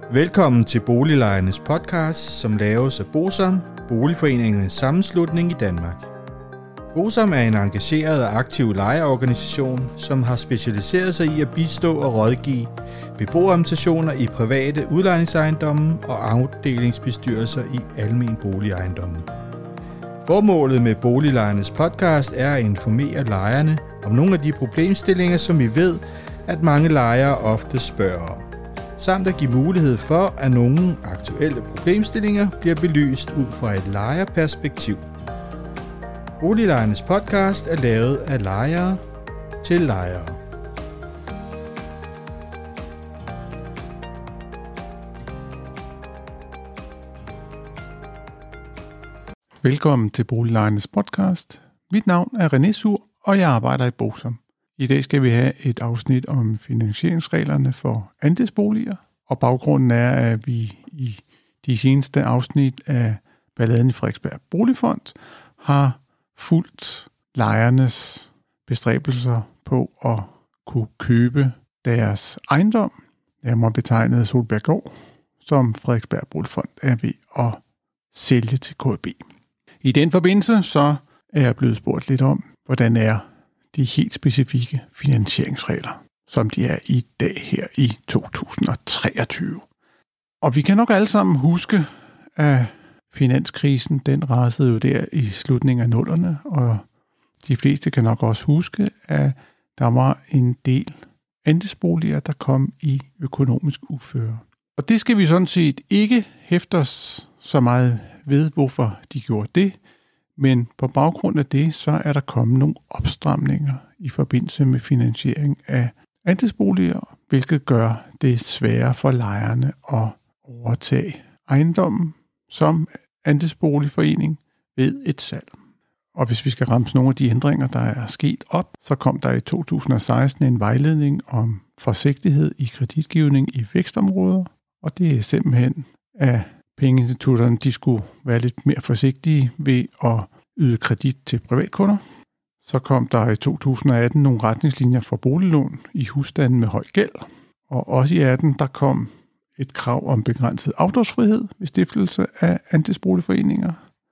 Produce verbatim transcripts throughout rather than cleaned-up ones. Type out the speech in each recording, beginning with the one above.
Velkommen til Boliglejernes podcast, som laves af BOSAM, Boligforeningernes Sammenslutning i Danmark. BOSAM er en engageret og aktiv lejerorganisation, som har specialiseret sig i at bistå og rådgive beboerorganisationer i private udlejningsejendomme og afdelingsbestyrelser i almen boligejendomme. Formålet med Boliglejernes podcast er at informere lejerne om nogle af de problemstillinger, som vi ved, at mange lejere ofte spørger om, samt at give mulighed for, at nogle aktuelle problemstillinger bliver belyst ud fra et lejerperspektiv. Boliglejernes podcast er lavet af lejere til lejere. Velkommen til Boliglejernes podcast. Mit navn er René Sur, og jeg arbejder i BOSAM. I dag skal vi have et afsnit om finansieringsreglerne for andelsboliger, og baggrunden er, at vi i de seneste afsnit af balladen i Frederiksberg Boligfond har fulgt lejernes bestræbelser på at kunne købe deres ejendom, nærmere betegnet Solbjerggård, som Frederiksberg Boligfond er ved at sælge til K B. I den forbindelse så er jeg blevet spurgt lidt om, hvordan er de helt specifikke finansieringsregler, som de er i dag her i to tusind og treogtyve. Og vi kan nok alle sammen huske, at finanskrisen den rasede jo der i slutningen af nullerne, og de fleste kan nok også huske, at der var en del andelsboliger, der kom i økonomisk uføre. Og det skal vi sådan set ikke hæfte os så meget ved, hvorfor de gjorde det, men på baggrund af det, så er der kommet nogle opstramninger i forbindelse med finansiering af andelsboliger, hvilket gør det sværere for lejerne at overtage ejendommen som andelsboligforening ved et salg. Og hvis vi skal ramse nogle af de ændringer, der er sket op, så kom der i to tusind og seksten en vejledning om forsigtighed i kreditgivning i vækstområder, og det er simpelthen, at pengeinstitutterne de skulle være lidt mere forsigtige ved at yde kredit til privatkunder. Så kom der i to tusind og atten nogle retningslinjer for boliglån i husstanden med høj gæld. Og også i atten der kom et krav om begrænset afdragsfrihed ved stiftelse af andelsboligforeninger.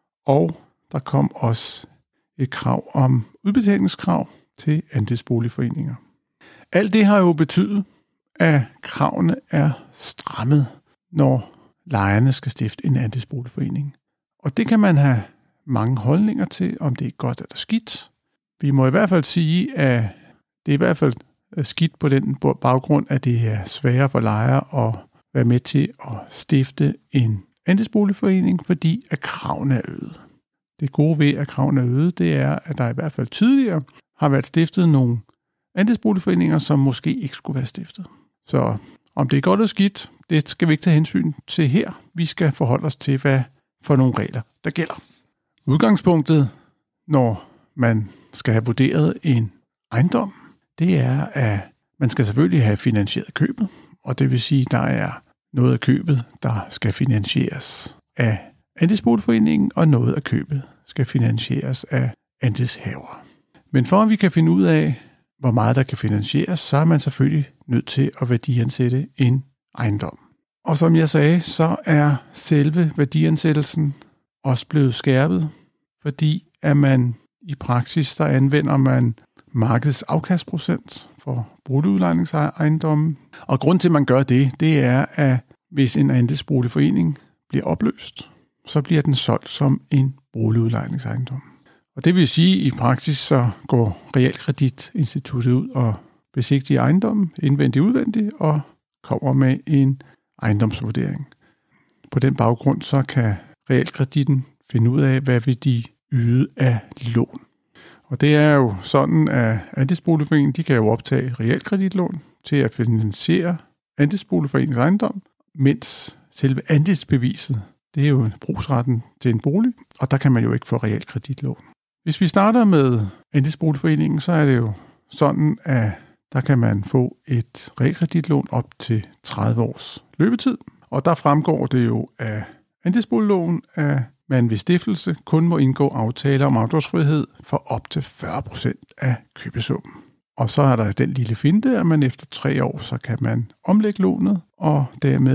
Og der kom også et krav om udbetalingskrav til andelsboligforeninger. Alt det har jo betydet, at kravene er strammet, når lejerne skal stifte en andelsboligforening. Og det kan man have mange holdninger til, om det er godt eller skidt. Vi må i hvert fald sige, at det er i hvert fald skidt på den baggrund, at det er sværere for lejere at være med til at stifte en andelsboligforening, fordi at kravene er øget. Det gode ved, at kravene er øget, det er, at der i hvert fald tidligere har været stiftet nogle andelsboligforeninger, som måske ikke skulle være stiftet. Så om det er godt eller skidt, det skal vi ikke tage hensyn til her. Vi skal forholde os til, hvad for nogle regler, der gælder. Udgangspunktet, når man skal have vurderet en ejendom, det er, at man skal selvfølgelig have finansieret købet, og det vil sige, at der er noget af købet, der skal finansieres af andelsboligforeningen, og noget af købet skal finansieres af andelshaver. Men for at vi kan finde ud af, hvor meget der kan finansieres, så er man selvfølgelig nødt til at værdiansætte en ejendom. Og som jeg sagde, så er selve værdiansættelsen også blevet skærpet, fordi at man i praksis, der anvender man markedets afkastprocent for boligudlejningsejendomme. Og grund til, at man gør det, det er, at hvis en andelsboligforening bliver opløst, så bliver den solgt som en boligudlejningsejendom. Og det vil sige, at i praksis så går realkreditinstituttet ud og besigtiger ejendommen indvendigt og udvendigt og kommer med en ejendomsvurdering. På den baggrund så kan realkreditten finde ud af, hvad vil de yde af lån. Og det er jo sådan, at andelsboligforeningen de kan jo optage realkreditlån til at finansiere andelsboligforeningens ejendom, mens selve andelsbeviset, det er jo brugsretten til en bolig, og der kan man jo ikke få realkreditlån. Hvis vi starter med andelsboligforeningen, så er det jo sådan, at der kan man få et realkreditlån op til tredive års løbetid. Og der fremgår det jo af andelsboligloven, at man ved stiftelse kun må indgå aftaler om afdragsfrihed for op til fyrre procent af købesummen. Og så er der den lille finte, at man efter tre år, så kan man omlægge lånet og dermed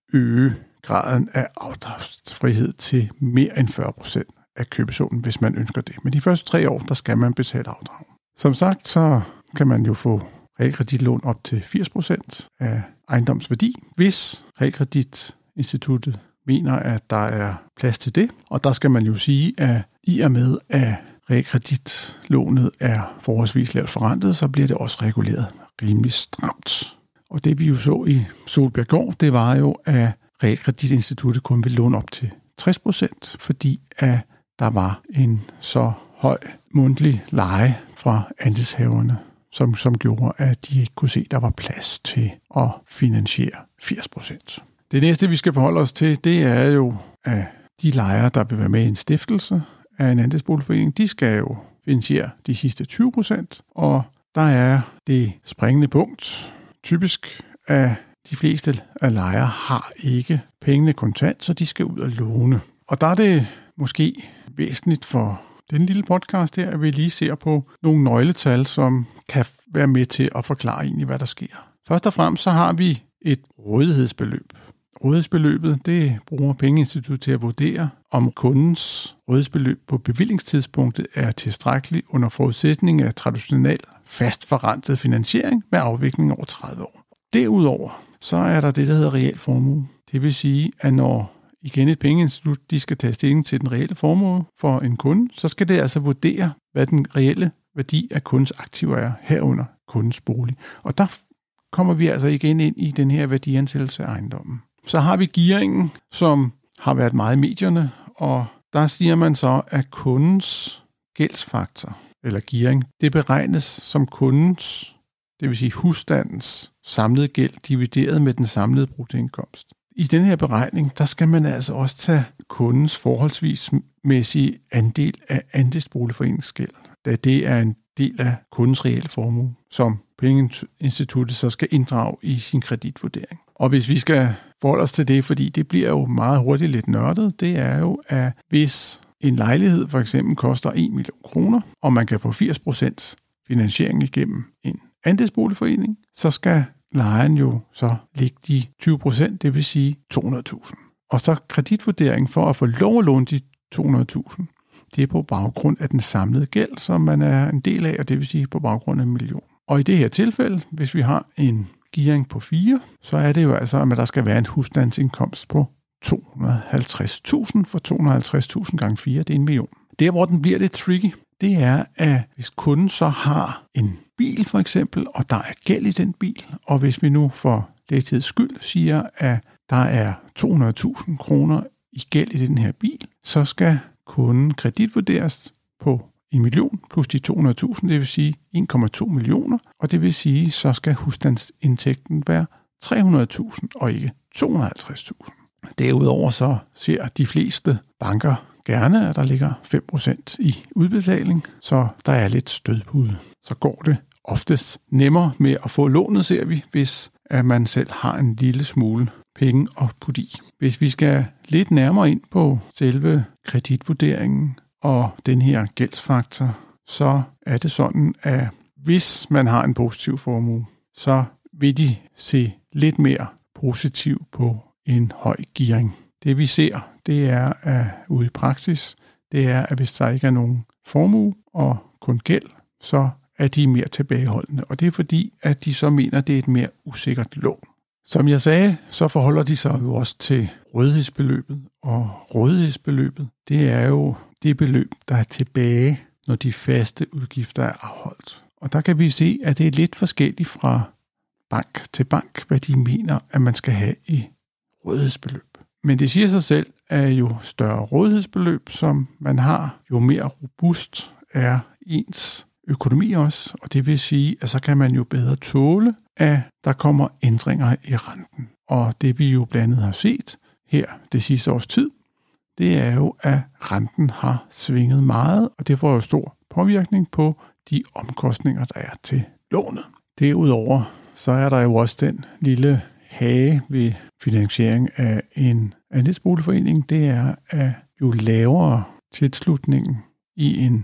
øge graden af afdragsfrihed til mere end fyrre procent af købesummen, hvis man ønsker det. Men de første tre år, der skal man betale afdrag. Som sagt, så kan man jo få realkreditlån op til firs procent af ejendomsværdi, hvis realkreditinstituttet mener, at der er plads til det. Og der skal man jo sige, at i og med, at realkreditlånet er forholdsvis lavt forrentet, så bliver det også reguleret rimelig stramt. Og det vi jo så i Solbjerggård, det var jo, at realkreditinstituttet kun ville låne op til tres procent, fordi at der var en så høj mundtlig leje fra andelshaverne, som, som gjorde, at de ikke kunne se, at der var plads til at finansiere firs procent. Det næste, vi skal forholde os til, det er jo, at de lejere, der vil være med i en stiftelse af en andelsboligforening, de skal jo finansiere de sidste tyve procent, og der er det springende punkt. Typisk at de fleste af lejere har ikke pengene kontant, så de skal ud og låne. Og der er det måske væsentligt for den lille podcast her, at vi lige ser på nogle nøgletal, som kan være med til at forklare egentlig, hvad der sker. Først og fremmest så har vi et rådighedsbeløb. Rådighedsbeløbet, det bruger Pengeinstituttet til at vurdere, om kundens rådighedsbeløb på bevillingstidspunktet er tilstrækkeligt under forudsætning af traditionel fast forrentet finansiering med afvikling over tredive år. Derudover så er der det, der hedder reel formue. Det vil sige, at når igen et pengeinstitut, de skal tage stilling til den reelle formue for en kunde, så skal det altså vurdere, hvad den reelle værdi af kundens aktiver er herunder kundens bolig. Og der kommer vi altså igen ind i den her værdiansættelse af ejendommen. Så har vi gearingen, som har været meget i medierne, og der siger man så, at kundens gældsfaktor, eller gearing, det beregnes som kundens, det vil sige husstandens samlede gæld, divideret med den samlede bruttoindkomst. I den her beregning, der skal man altså også tage kundens forholdsvismæssige andel af andelsboligforeningens gæld, da det er en del af kundens reelle formue, som Pengeinstituttet så skal inddrage i sin kreditvurdering. Og hvis vi skal forholde os til det, fordi det bliver jo meget hurtigt lidt nørdet, det er jo, at hvis en lejlighed for eksempel koster en million kroner, og man kan få firs procent finansiering igennem en andelsboligforening, så skal lejeren jo så lægge de tyve procent, det vil sige to hundrede tusind. Og så kreditvurdering for at få lov at låne de to hundrede tusind, det er på baggrund af den samlede gæld, som man er en del af, og det vil sige på baggrund af en million. Og i det her tilfælde, hvis vi har en gearing på fire, så er det jo altså, at der skal være en husstandsindkomst på to hundrede og halvtreds tusind, for to hundrede og halvtreds tusind gange fire, det er en million. Der, hvor den bliver lidt tricky, det er, at hvis kunden så har en bil for eksempel, og der er gæld i den bil, og hvis vi nu for lettids skyld siger, at der er to hundrede tusind kroner i gæld i den her bil, så skal kunden kreditvurderes på en million plus de to hundrede tusind, det vil sige en komma to millioner, og det vil sige, så skal husstandsindtægten være tre hundrede tusind og ikke to hundrede og halvtreds tusind. Derudover så ser de fleste banker gerne, at der ligger fem procent i udbetaling, så der er lidt stødpude. Så går det oftest nemmere med at få lånet, ser vi, hvis at man selv har en lille smule penge at putte i. Hvis vi skal lidt nærmere ind på selve kreditvurderingen og den her gældsfaktor, så er det sådan, at hvis man har en positiv formue, så vil de se lidt mere positivt på en høj gearing. Det vi ser, det er at ude i praksis, det er, at hvis der ikke er nogen formue og kun gæld, så er de mere tilbageholdende. Og det er fordi, at de så mener, at det er et mere usikkert lån. Som jeg sagde, så forholder de sig jo også til rådighedsbeløbet. Og rådighedsbeløbet, det er jo det beløb, der er tilbage, når de faste udgifter er afholdt. Og der kan vi se, at det er lidt forskelligt fra bank til bank, hvad de mener, at man skal have i rådighedsbeløb. Men det siger sig selv, at jo større rådighedsbeløb, som man har, jo mere robust er ens økonomi også. Og det vil sige, at så kan man jo bedre tåle, at der kommer ændringer i renten. Og det vi jo blandt andet har set her det sidste års tid, det er jo, at renten har svinget meget, og det får jo stor påvirkning på de omkostninger, der er til lånet. Derudover så er der jo også den lille hage ved finansiering af en andelsboligforening, det er, at jo lavere tilslutningen i en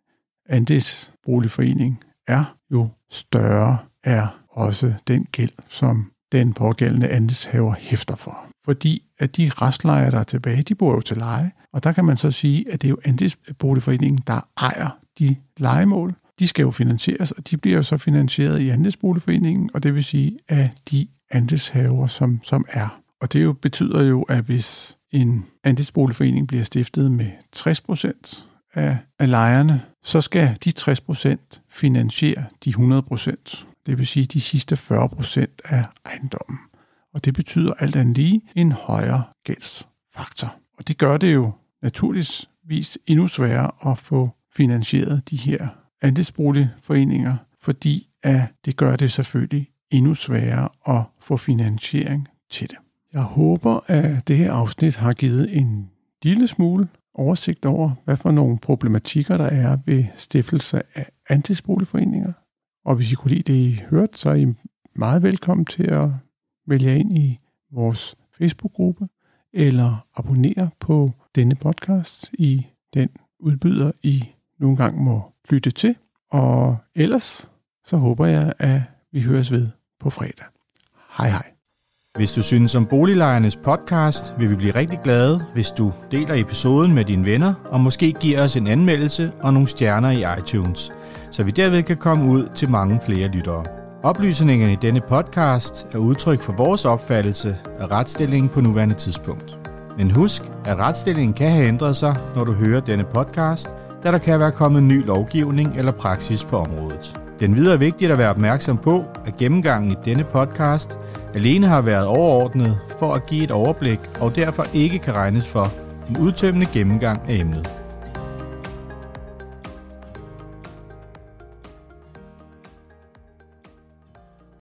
andelsboligforening er, jo større er også den gæld, som den pågældende andelshaver hæfter for. fordi at de restlejere, der er tilbage, de bor jo til leje, og der kan man så sige, at det er jo andelsboligforeningen, der ejer de lejemål. De skal jo finansieres, og de bliver jo så finansieret i andelsboligforeningen, og det vil sige af de andelshaver, som, som er. Og det jo betyder jo, at hvis en andelsboligforening bliver stiftet med tres procent af, af lejerne, så skal de tres procent finansiere de hundrede procent. Det vil sige de sidste fyrre procent af ejendommen. Og det betyder alt andet lige en højere gældsfaktor. Og det gør det jo naturligvis endnu sværere at få finansieret de her andelsboligforeninger, fordi at det gør det selvfølgelig endnu sværere at få finansiering til det. Jeg håber, at det her afsnit har givet en lille smule oversigt over, hvad for nogle problematikker der er ved stiftelse af andelsboligforeninger. Og hvis I kunne lide det, I hørte, så er I meget velkommen til at vælge ind i vores Facebook-gruppe eller abonnere på denne podcast i den udbyder, I nogle gange må lytte til. Og ellers så håber jeg, at vi høres ved på fredag. Hej hej. Hvis du synes om Boliglejernes podcast, vil vi blive rigtig glade, hvis du deler episoden med dine venner og måske giver os en anmeldelse og nogle stjerner i iTunes, så vi derved kan komme ud til mange flere lyttere. Oplysningerne i denne podcast er udtryk for vores opfattelse af retsstillingen på nuværende tidspunkt. Men husk, at retsstillingen kan have ændret sig, når du hører denne podcast, da der kan være kommet ny lovgivning eller praksis på området. Den videre er vigtigt at være opmærksom på, at gennemgangen i denne podcast alene har været overordnet for at give et overblik og derfor ikke kan regnes for en udtømmende gennemgang af emnet.